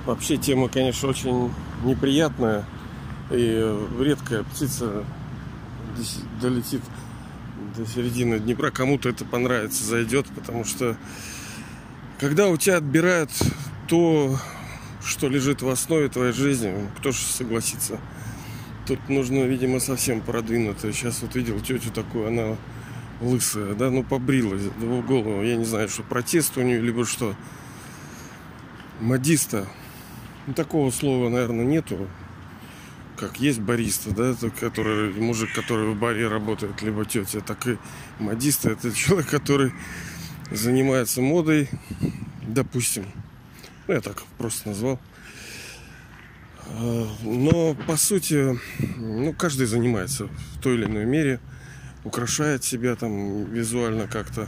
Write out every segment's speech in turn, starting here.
Вообще тема, конечно, очень неприятная. И редкая птица долетит до середины Днепра. Кому-то это понравится, зайдет, потому что когда у тебя отбирают то, что лежит в основе твоей жизни, кто же согласится? Тут нужно, видимо, совсем продвинуто. Сейчас вот видел тетю такую, она лысая, да, ну побрилась в голову. Я не знаю, что протест у нее, либо что. Модиста. Ну, такого слова, наверное, нету. Как есть бариста, да, который, мужик, который в баре работает, либо тетя, так и модиста. Это человек, который занимается модой, допустим. Ну, я так просто назвал. Но, по сути, ну, каждый занимается в той или иной мере. Украшает себя там визуально как-то.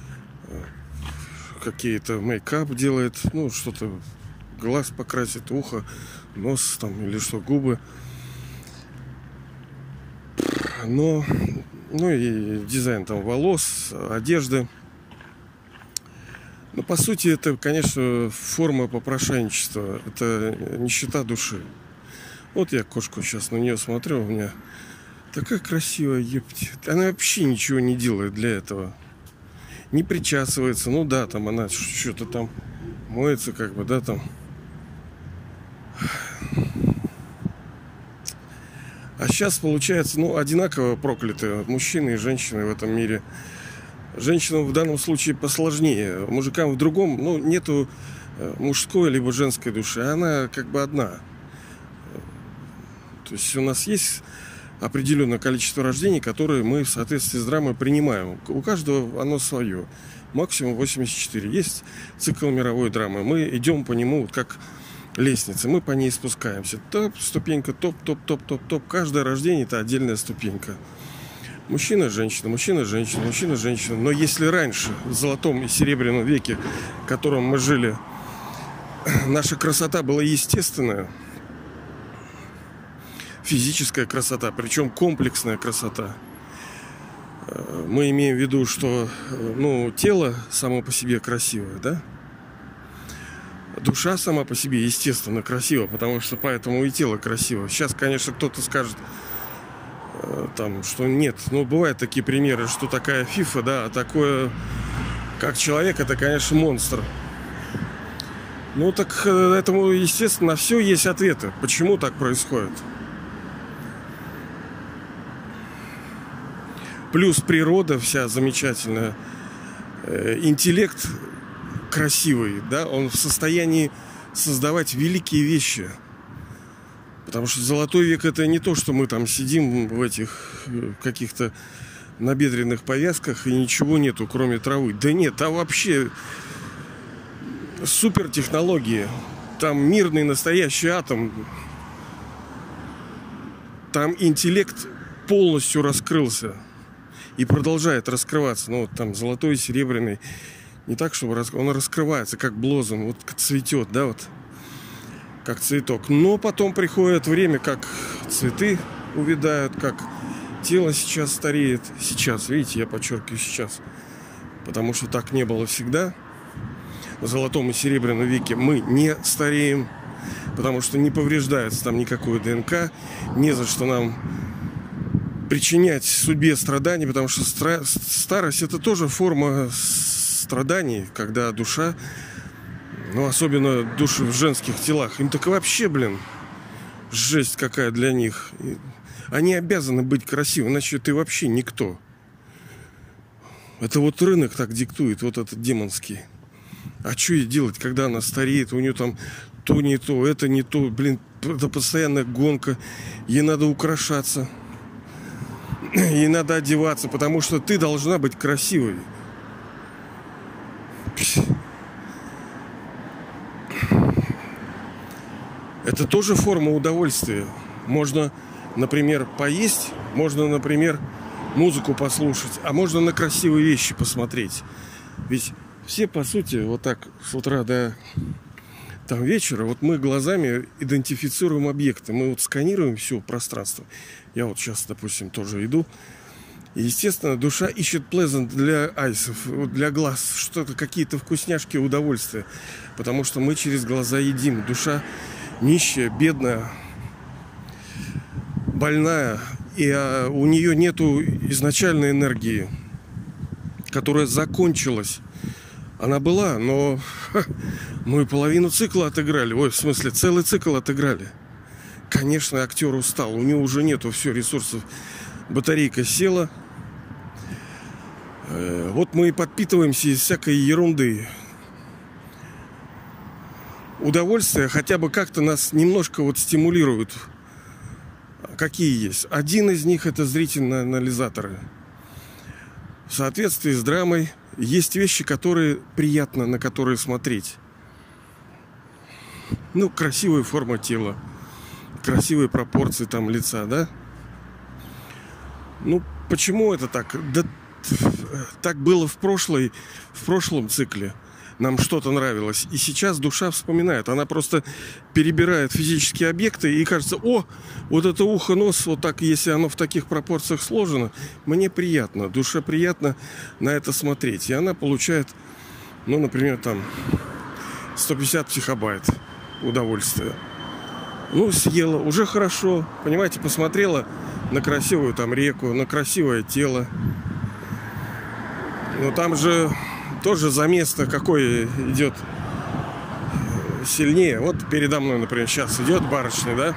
Какие-то мейкап делает. Ну, что-то, глаз покрасит, ухо, нос там или что, губы. Но, ну и дизайн там волос, одежды. Но по сути это, конечно, форма попрошайничества. Это нищета души. Вот я кошку сейчас на нее смотрю, у меня такая красивая, епть. Она вообще ничего не делает для этого. Не причесывается. Ну да, там она что-то там моется, как бы, да, там. А сейчас получается, ну, одинаково прокляты мужчины и женщины в этом мире. Женщинам в данном случае посложнее. Мужикам в другом, ну, нету мужской либо женской души. Она как бы одна. То есть у нас есть определенное количество рождений, которые мы в соответствии с драмой принимаем. У каждого оно свое. Максимум 84. Есть цикл мировой драмы. Мы идем по нему вот как лестница. Мы по ней спускаемся. Топ, ступенька, топ, топ, топ, топ, топ. Каждое рождение это отдельная ступенька. Мужчина, женщина, мужчина, женщина, мужчина, женщина. Но если раньше, в золотом и серебряном веке, в котором мы жили, наша красота была естественная, физическая красота, причем комплексная красота. Мы имеем в виду, что, ну, тело само по себе красивое, да? Душа сама по себе, естественно, красива, потому что поэтому и тело красиво. Сейчас, конечно, кто-то скажет, там, что нет. Ну, бывают такие примеры, что такая фифа, да, а такое, как человек, это, конечно, монстр. Ну, так этому, естественно, на все есть ответы. Почему так происходит? Плюс природа вся замечательная. Интеллект красивый, да, он в состоянии создавать великие вещи. Потому что золотой век это не то, что мы там сидим в этих каких-то набедренных повязках и ничего нету, кроме травы. Да нет, там вообще супертехнологии. Там мирный настоящий атом. Там интеллект полностью раскрылся и продолжает раскрываться. Ну вот там золотой, серебряный. Не так, чтобы он раскрывается, как блозом, вот цветет, да, вот, как цветок. Но потом приходит время, как цветы увядают, как тело сейчас стареет. Сейчас, видите, я подчеркиваю сейчас. Потому что так не было всегда. В золотом и серебряном веке мы не стареем, потому что не повреждается там никакой ДНК. Не за что нам причинять судьбе страдания, потому что старость это тоже форма страданий, когда душа, ну, особенно души в женских телах, им так вообще, блин, жесть какая для них. Они обязаны быть красивыми, иначе ты вообще никто. Это вот рынок так диктует, вот этот демонский. А что ей делать, когда она стареет, у нее там то не то, это не то, блин, это постоянная гонка, ей надо украшаться, ей надо одеваться, потому что ты должна быть красивой. Это тоже форма удовольствия. Можно, например, поесть, можно, например, музыку послушать, а можно на красивые вещи посмотреть. Ведь все, по сути, вот так с утра до там вечера, вот мы глазами идентифицируем объекты. Мы вот сканируем все пространство. Я вот сейчас, допустим, тоже иду. И, естественно, душа ищет pleasant для айсов, для глаз, что-то, какие-то вкусняшки, удовольствия. Потому что мы через глаза едим. Душа нищая, бедная, больная. И у нее нету изначальной энергии, которая закончилась. Она была, но мы половину цикла отыграли. Ой, в смысле, целый цикл отыграли. Конечно, актер устал. У него уже нету все ресурсов. Батарейка села. Вот мы и подпитываемся из всякой ерунды. Удовольствие хотя бы как-то нас немножко вот стимулирует. Какие есть? Один из них — это зрительные анализаторы. В соответствии с драмой есть вещи, которые приятно, на которые смотреть. Ну, красивая форма тела, красивые пропорции там лица, да? Ну, почему это так? Да так было в прошлом цикле. Нам что-то нравилось. И сейчас душа вспоминает. Она просто перебирает физические объекты и кажется: о, вот это ухо, нос, вот так, если оно в таких пропорциях сложено, мне приятно. Душе приятно на это смотреть. И она получает, ну, например, там 150 психобайт удовольствия. Ну, съела, уже хорошо. Понимаете, посмотрела на красивую там реку, на красивое тело. Но там же тоже замес-то какой идет сильнее. Вот передо мной, например, сейчас идет барышня, да?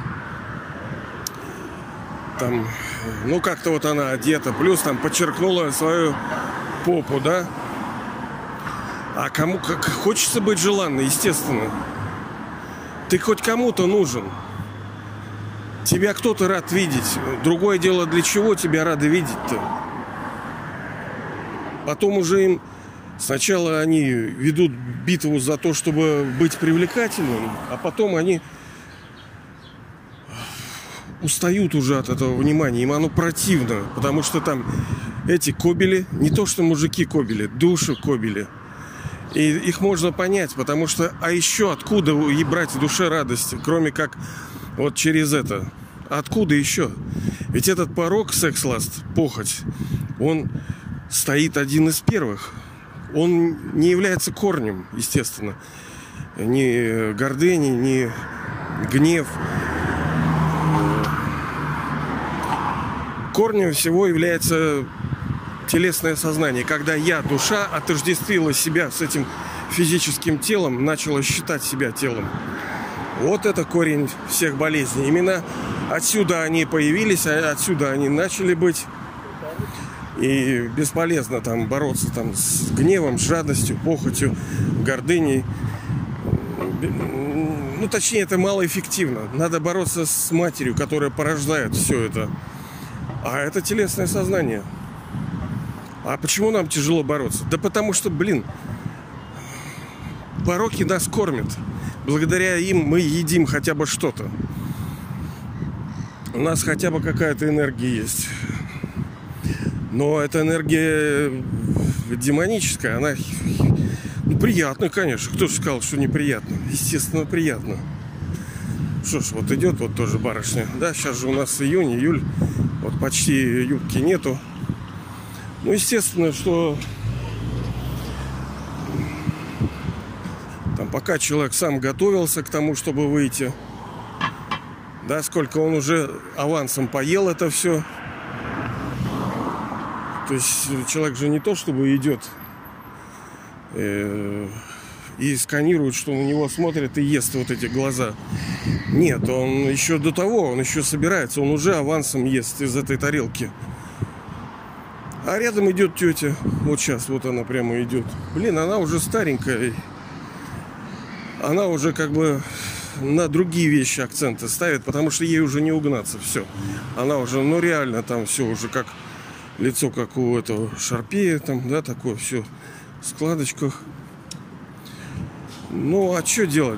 Там, ну, как-то вот она одета, плюс там подчеркнула свою попу, да? А кому как хочется быть желанной, естественно. Ты хоть кому-то нужен. Тебя кто-то рад видеть. Другое дело, для чего тебя рады видеть-то? Потом уже им сначала они ведут битву за то, чтобы быть привлекательным, а потом они устают уже от этого внимания. Им оно противно, потому что там эти кобели, не то что мужики кобели, души кобели. И их можно понять, потому что, а еще откуда и брать в душе радость, кроме как вот через это? Откуда еще? Ведь этот порок, секс-ласт, похоть, он стоит один из первых. Он не является корнем, естественно. Ни гордыни, ни гнев. Корнем всего является телесное сознание. Когда я, душа, отождествила себя с этим физическим телом, начала считать себя телом. Вот это корень всех болезней. Именно отсюда они появились, отсюда они начали быть. И бесполезно там бороться там с гневом, с жадностью, похотью, гордыней. Ну, точнее, это малоэффективно. Надо бороться с матерью, которая порождает все это. А это телесное сознание. А почему нам тяжело бороться? Да потому что, пороки нас кормят. Благодаря им мы едим хотя бы что-то. У нас хотя бы какая-то энергия есть. Но эта энергия демоническая, она приятная, конечно. Кто же сказал, что неприятно? Естественно, приятно. Что ж, вот идет вот тоже барышня. Да, сейчас же у нас июнь, июль. Вот почти юбки нету. Ну, естественно, что там пока человек сам готовился к тому, чтобы выйти, да, сколько он уже авансом поел это все. То есть человек же не то, чтобы идет и сканирует, что на него смотрят и ест вот эти глаза. Нет, он еще до того, он еще собирается, он уже авансом ест из этой тарелки. А рядом идет тетя. Вот сейчас вот она прямо идет. Она уже старенькая. Она уже как бы на другие вещи акценты ставит, потому что ей уже не угнаться. Все. Она уже, ну реально там все уже как лицо, как у этого Шарпея, там, да, такое все в складочках. Ну, а что делать,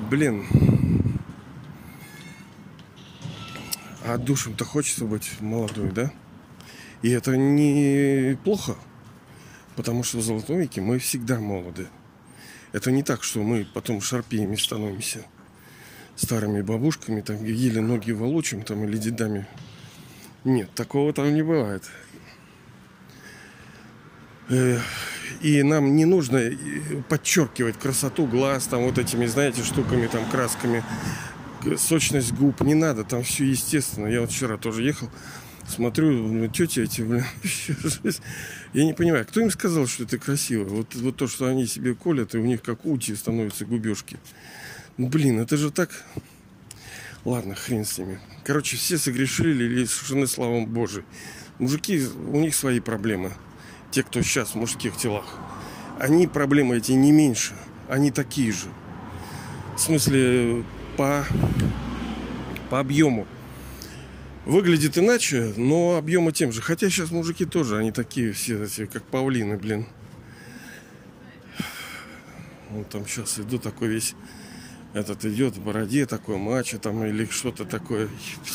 А душам-то хочется быть молодой, да? И это не плохо, потому что в Золотом веке мы всегда молоды. Это не так, что мы потом шарпеями становимся, старыми бабушками, там, еле ноги волочим, там, или дедами. Нет, такого там не бывает. И нам не нужно подчеркивать красоту глаз, там вот этими, знаете, штуками, там красками, сочность губ. Не надо, там все естественно. Я вот вчера тоже ехал, смотрю, тети эти, блин, я не понимаю, кто им сказал, что это красиво? Вот то, что они себе колят, и у них как ути становятся губежки. Ну, блин, это же так... Ладно, хрен с ними. Короче, все согрешили или совершены славом Божией. Мужики, у них свои проблемы. Те, кто сейчас в мужских телах. Они, проблемы эти не меньше. Они такие же. В смысле, по объему. Выглядит иначе, но объемы тем же. Хотя сейчас мужики тоже, они такие все, как павлины, блин. Он там сейчас иду такой весь... Этот идет в бороде, такой мачо там или что-то такое.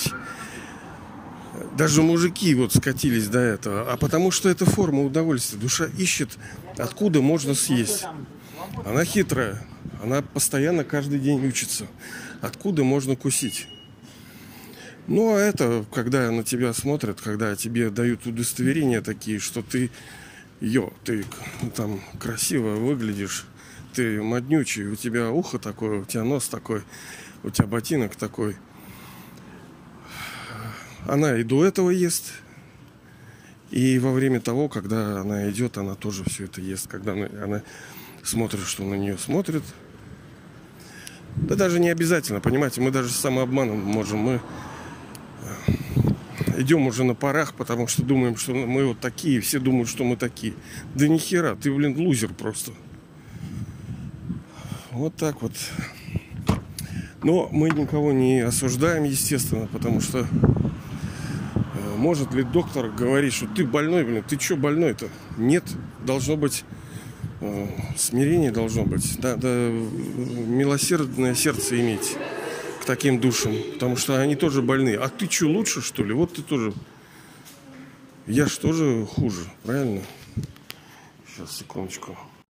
Даже мужики вот скатились до этого. А потому что это форма удовольствия. Душа ищет, откуда можно съесть. Она хитрая. Она постоянно каждый день учится. Откуда можно кусить. Ну, а это, когда на тебя смотрят, когда тебе дают удостоверения такие, что ты там красиво выглядишь. Ты моднючий, у тебя ухо такое, у тебя нос такой, у тебя ботинок такой. Она и до этого ест. И во время того, когда она идет, она тоже все это ест. Когда она смотрит, что на нее смотрит. Да даже не обязательно, понимаете, мы даже с самообманом можем. Мы идем уже на парах, потому что думаем, что мы вот такие, все думают, что мы такие. Да ни хера, ты, блин, лузер просто. Вот так вот. Но мы никого не осуждаем, естественно, потому что может ли доктор говорить, что ты больной, блин, ты что больной-то? Нет, должно быть смирение должно быть. Да, милосердное сердце иметь к таким душам, потому что они тоже больны. А ты что, лучше, что ли? Вот ты тоже. Я ж тоже хуже, правильно? Сейчас, секундочку.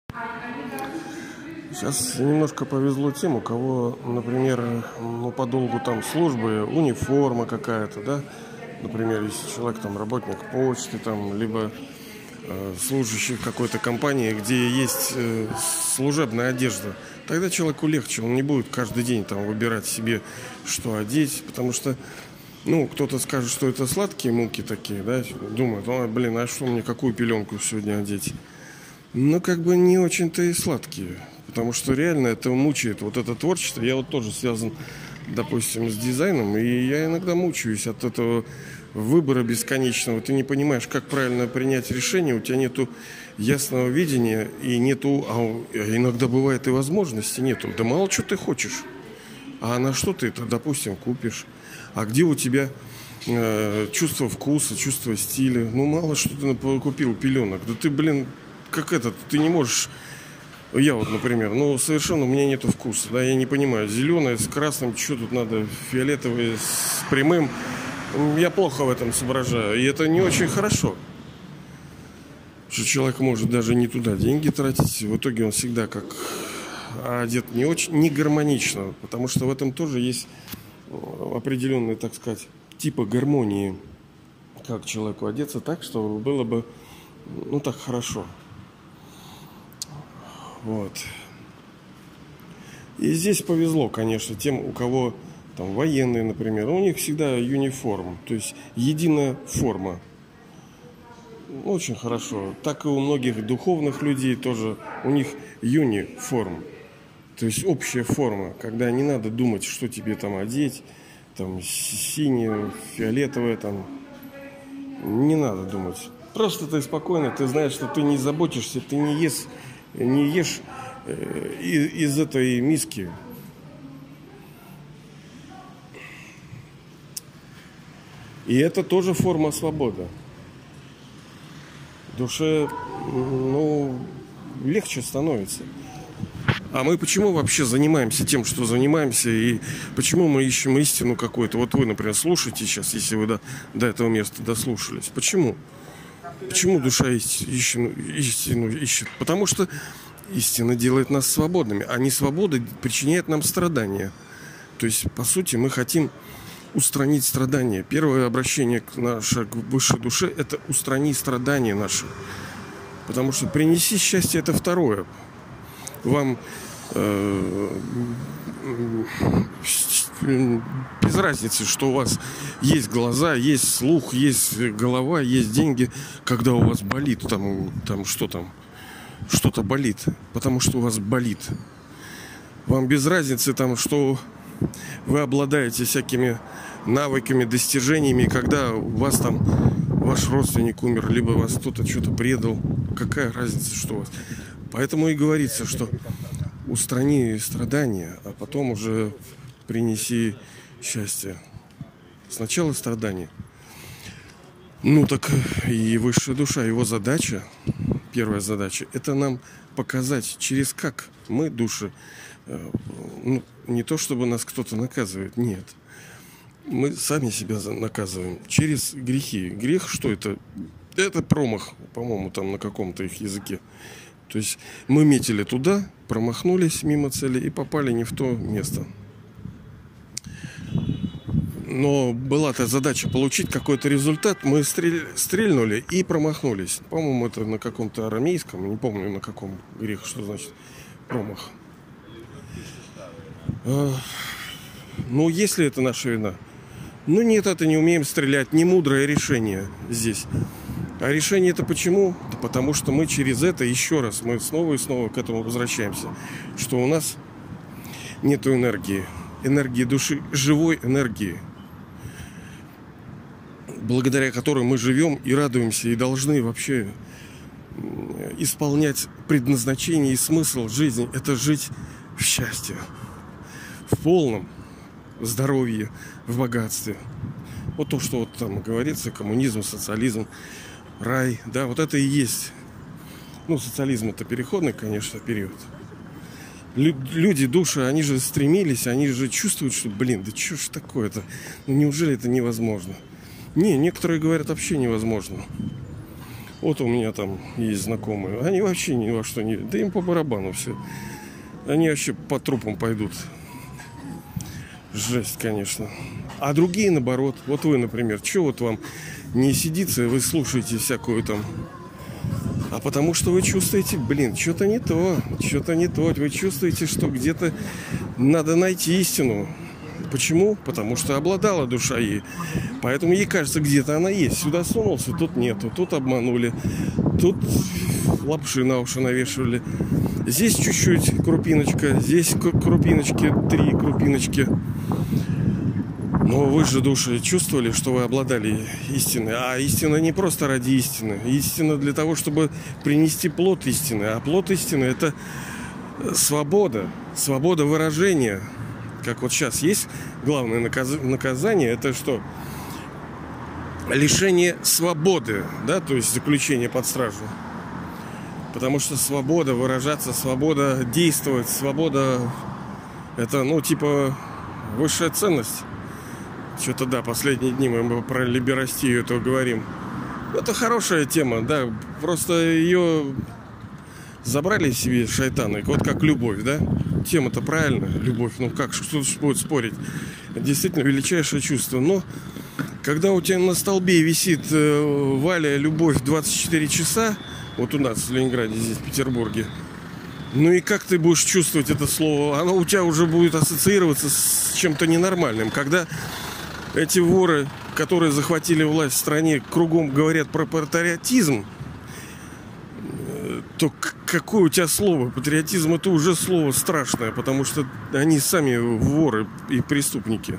Сейчас немножко повезло тем, у кого, например, по долгу там службы, униформа какая-то, да, например, если человек там работник почты, там, либо служащий в какой-то компании, где есть служебная одежда, тогда человеку легче, он не будет каждый день там выбирать себе, что одеть, потому что, кто-то скажет, что это сладкие муки такие, да, думает, блин, а что мне, какую пеленку сегодня одеть? Не очень-то и сладкие. Потому что реально это мучает. Вот это творчество. Я вот тоже связан, допустим, с дизайном. И я иногда мучаюсь от этого выбора бесконечного. Ты не понимаешь, как правильно принять решение. У тебя нету ясного видения. И нету... иногда бывает и возможности нету. Да мало что ты хочешь. А на что ты это, допустим, купишь? А где у тебя чувство вкуса, чувство стиля? Мало что ты купил пеленок. Да ты, блин, как этот. Ты не можешь... Я вот, например, совершенно у меня нету вкуса, да, я не понимаю, зеленое с красным, что тут надо, фиолетовое с прямым, я плохо в этом соображаю, и это не очень хорошо, что человек может даже не туда деньги тратить, в итоге он всегда как одет не очень, не гармонично, потому что в этом тоже есть определенные, так сказать, типы гармонии, как человеку одеться так, чтобы было бы, так хорошо. Вот. И здесь повезло, конечно, тем, у кого там военные, например, у них всегда юниформ, то есть единая форма. Очень хорошо. Так и у многих духовных людей тоже, у них юниформ, то есть общая форма, когда не надо думать, что тебе там одеть, там синее, фиолетовое, там не надо думать. Просто ты спокойно, ты знаешь, что ты не заботишься, ты не ешь из этой миски. И это тоже форма свободы. Душе, легче становится. А мы почему вообще занимаемся тем, что занимаемся, и почему мы ищем истину какую-то? Вот вы, например, слушаете сейчас, если вы до этого места дослушались. Почему? Почему душа истину ищет? Потому что истина делает нас свободными, а не свобода причиняет нам страдания. То есть, по сути, мы хотим устранить страдания. Первое обращение к высшей душе – это устранить страдания наши. Потому что принеси счастье — это второе. Вам без разницы, что у вас есть глаза, есть слух, есть голова, есть деньги, когда у вас болит что-то болит, потому что у вас болит. Вам без разницы, что вы обладаете всякими навыками, достижениями, когда у вас ваш родственник умер, либо вас кто-то что-то предал. Какая разница, что у вас? Поэтому и говорится, что устрани страдания, а потом уже принеси счастье. Сначала страдания. Так и высшая душа, его задача, первая задача, это нам показать, через как мы, души, не то чтобы нас кто-то наказывает, нет. Мы сами себя наказываем через грехи. Грех что это? Это промах, по-моему, на каком-то их языке. То есть мы метили туда, промахнулись мимо цели и попали не в то место. Но была-то задача получить какой-то результат. Мы стрельнули и промахнулись. По-моему, это на каком-то арамейском, не помню на каком грех, что значит промах. Если это наша вина? Нет, это не умеем стрелять, не мудрое решение здесь. А решение это почему? Да потому что мы через это, еще раз, мы снова и снова к этому возвращаемся, что у нас нету энергии души, живой энергии, благодаря которой мы живем и радуемся, и должны вообще исполнять предназначение и смысл жизни. Это жить в счастье, в полном здоровье, в богатстве. Вот то, что там говорится, коммунизм, социализм, рай, да, вот это и есть. Социализм это переходный, конечно, период. Люди, души, они же стремились, они же чувствуют, что, да что ж такое-то? Неужели это невозможно? Некоторые говорят, вообще невозможно. Вот у меня там есть знакомые, они вообще ни во что не... Да им по барабану все. Они вообще по трупам пойдут. Жесть, конечно. А другие, наоборот. Вот вы, например, что вам не сидится, вы слушаете всякую А потому что вы чувствуете, что-то не то. Вы чувствуете, что где-то надо найти истину. Почему? Потому что обладала душа ей. Поэтому ей кажется, где-то она есть. Сюда сунулся, тут нету. Тут обманули. Тут лапши на уши навешивали. Здесь чуть-чуть крупиночка. Здесь крупиночки, 3 крупиночки. Но вы же, души, чувствовали, что вы обладали истиной. А истина не просто ради истины. Истина для того, чтобы принести плод истины. А плод истины – это свобода. Свобода выражения. Как вот сейчас есть главное наказание. Это что? Лишение свободы. Да? То есть заключение под стражу. Потому что свобода выражаться, свобода действовать, свобода – это, высшая ценность. Что-то, да, последние дни мы про либерастию это говорим. Это хорошая тема, да. Просто ее забрали себе шайтаны. Вот как любовь, да. Тема-то правильная, любовь. Кто будет спорить? Действительно величайшее чувство. Но когда у тебя на столбе висит Валя, любовь 24 часа, вот у нас в Ленинграде, здесь, в Петербурге, и как ты будешь чувствовать это слово? Оно у тебя уже будет ассоциироваться с чем-то ненормальным. Когда эти воры, которые захватили власть в стране, кругом говорят про патриотизм, то какое у тебя слово? Патриотизм — это уже слово страшное, потому что они сами воры и преступники.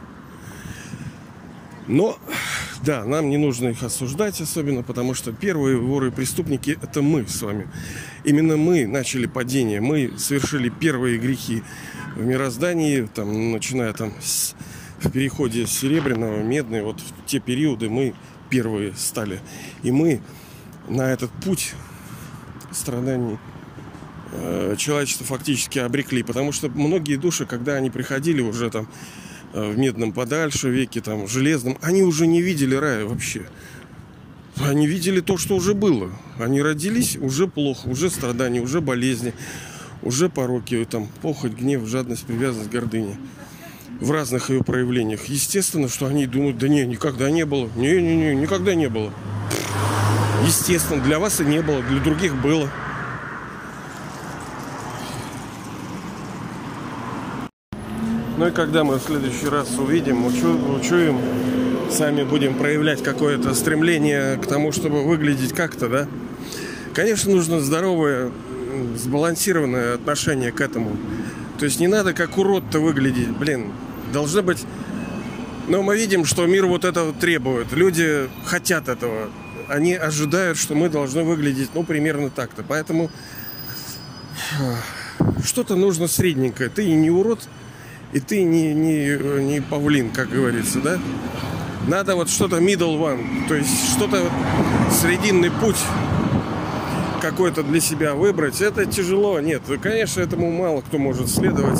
Но, да, нам не нужно их осуждать особенно, потому что первые воры и преступники — это мы с вами. Именно мы начали падение, мы совершили первые грехи в мироздании, начиная в переходе с серебряного, медный, вот в те периоды мы первые стали. И мы на этот путь страданий человечество фактически обрекли. Потому что многие души, когда они приходили уже в медном подальше веке, в железном, они уже не видели рая вообще. Они видели то, что уже было. Они родились, уже плохо, уже страдания, уже болезни, уже пороки, похоть, гнев, жадность, привязанность, гордыня. В разных ее проявлениях. Естественно, что они думают, да никогда не было. Никогда не было. Естественно, для вас и не было, для других было. Ну и когда мы в следующий раз увидим, учуем, сами будем проявлять какое-то стремление к тому, чтобы выглядеть как-то, да? Конечно, нужно здоровое, сбалансированное отношение к этому. То есть не надо как урод-то выглядеть, блин. Должно быть... Но мы видим, что мир вот этого требует. Люди хотят этого. Они ожидают, что мы должны выглядеть, ну, примерно так-то. Поэтому что-то нужно средненькое. Ты и не урод, и ты не павлин, как говорится, да? Надо вот что-то middle one. То есть что-то срединный путь какой-то для себя выбрать. Это тяжело. Нет, конечно, этому мало кто может следовать.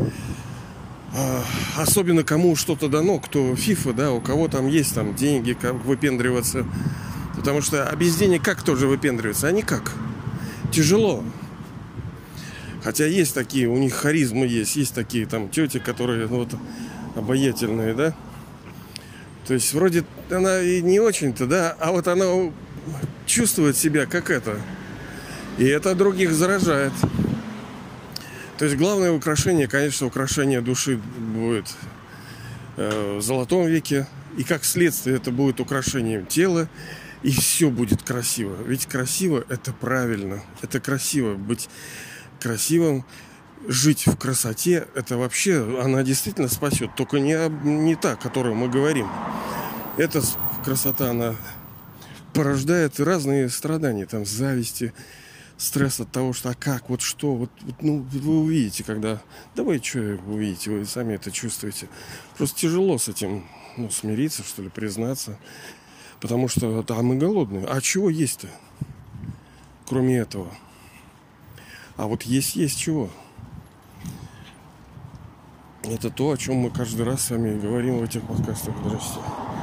Особенно кому что-то дано, кто фифа, да, у кого там есть там деньги, как выпендриваться. Потому что без денег как тоже выпендриваться? А никак. Тяжело. Хотя есть такие, у них харизма есть такие там тети, которые вот обаятельные, да. То есть вроде она и не очень-то, да, а вот она чувствует себя как это. И это других заражает. То есть главное украшение, конечно, украшение души будет в золотом веке. И как следствие это будет украшением тела. И все будет красиво. Ведь красиво – это правильно. Это красиво. Быть красивым, жить в красоте – это вообще, она действительно спасет. Только не та, о которой мы говорим. Эта красота, она порождает разные страдания. Там зависти, стресс от того, что как, вот что, вот, ну, вы увидите, когда... Да вы что увидите, вы сами это чувствуете. Просто тяжело с этим, ну, смириться, что ли, признаться. Потому что, да, мы голодные. А чего есть-то, кроме этого? А вот есть чего. Это то, о чем мы каждый раз с вами говорим в этих подкастах. Здрасте.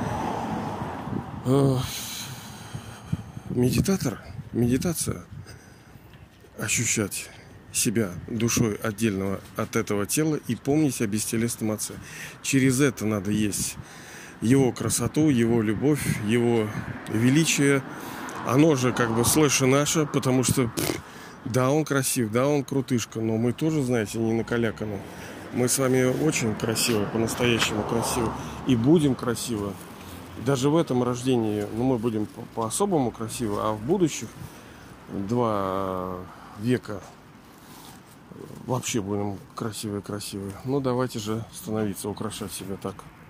Медитация. Ощущать себя душой отдельного от этого тела и помнить о бестелесном Отце. Через это надо есть его красоту, его любовь, его величие. Оно же как бы слэш и наше, потому что да, он красив, да, он крутышка, но мы тоже, знаете, не накаляканы. Мы с вами очень красивы, по-настоящему красивы. И будем красивы. Даже в этом рождении, ну, мы будем по-особому красивы, а в будущих 2 века вообще будем красивые. Ну, давайте же становиться, украшать себя так.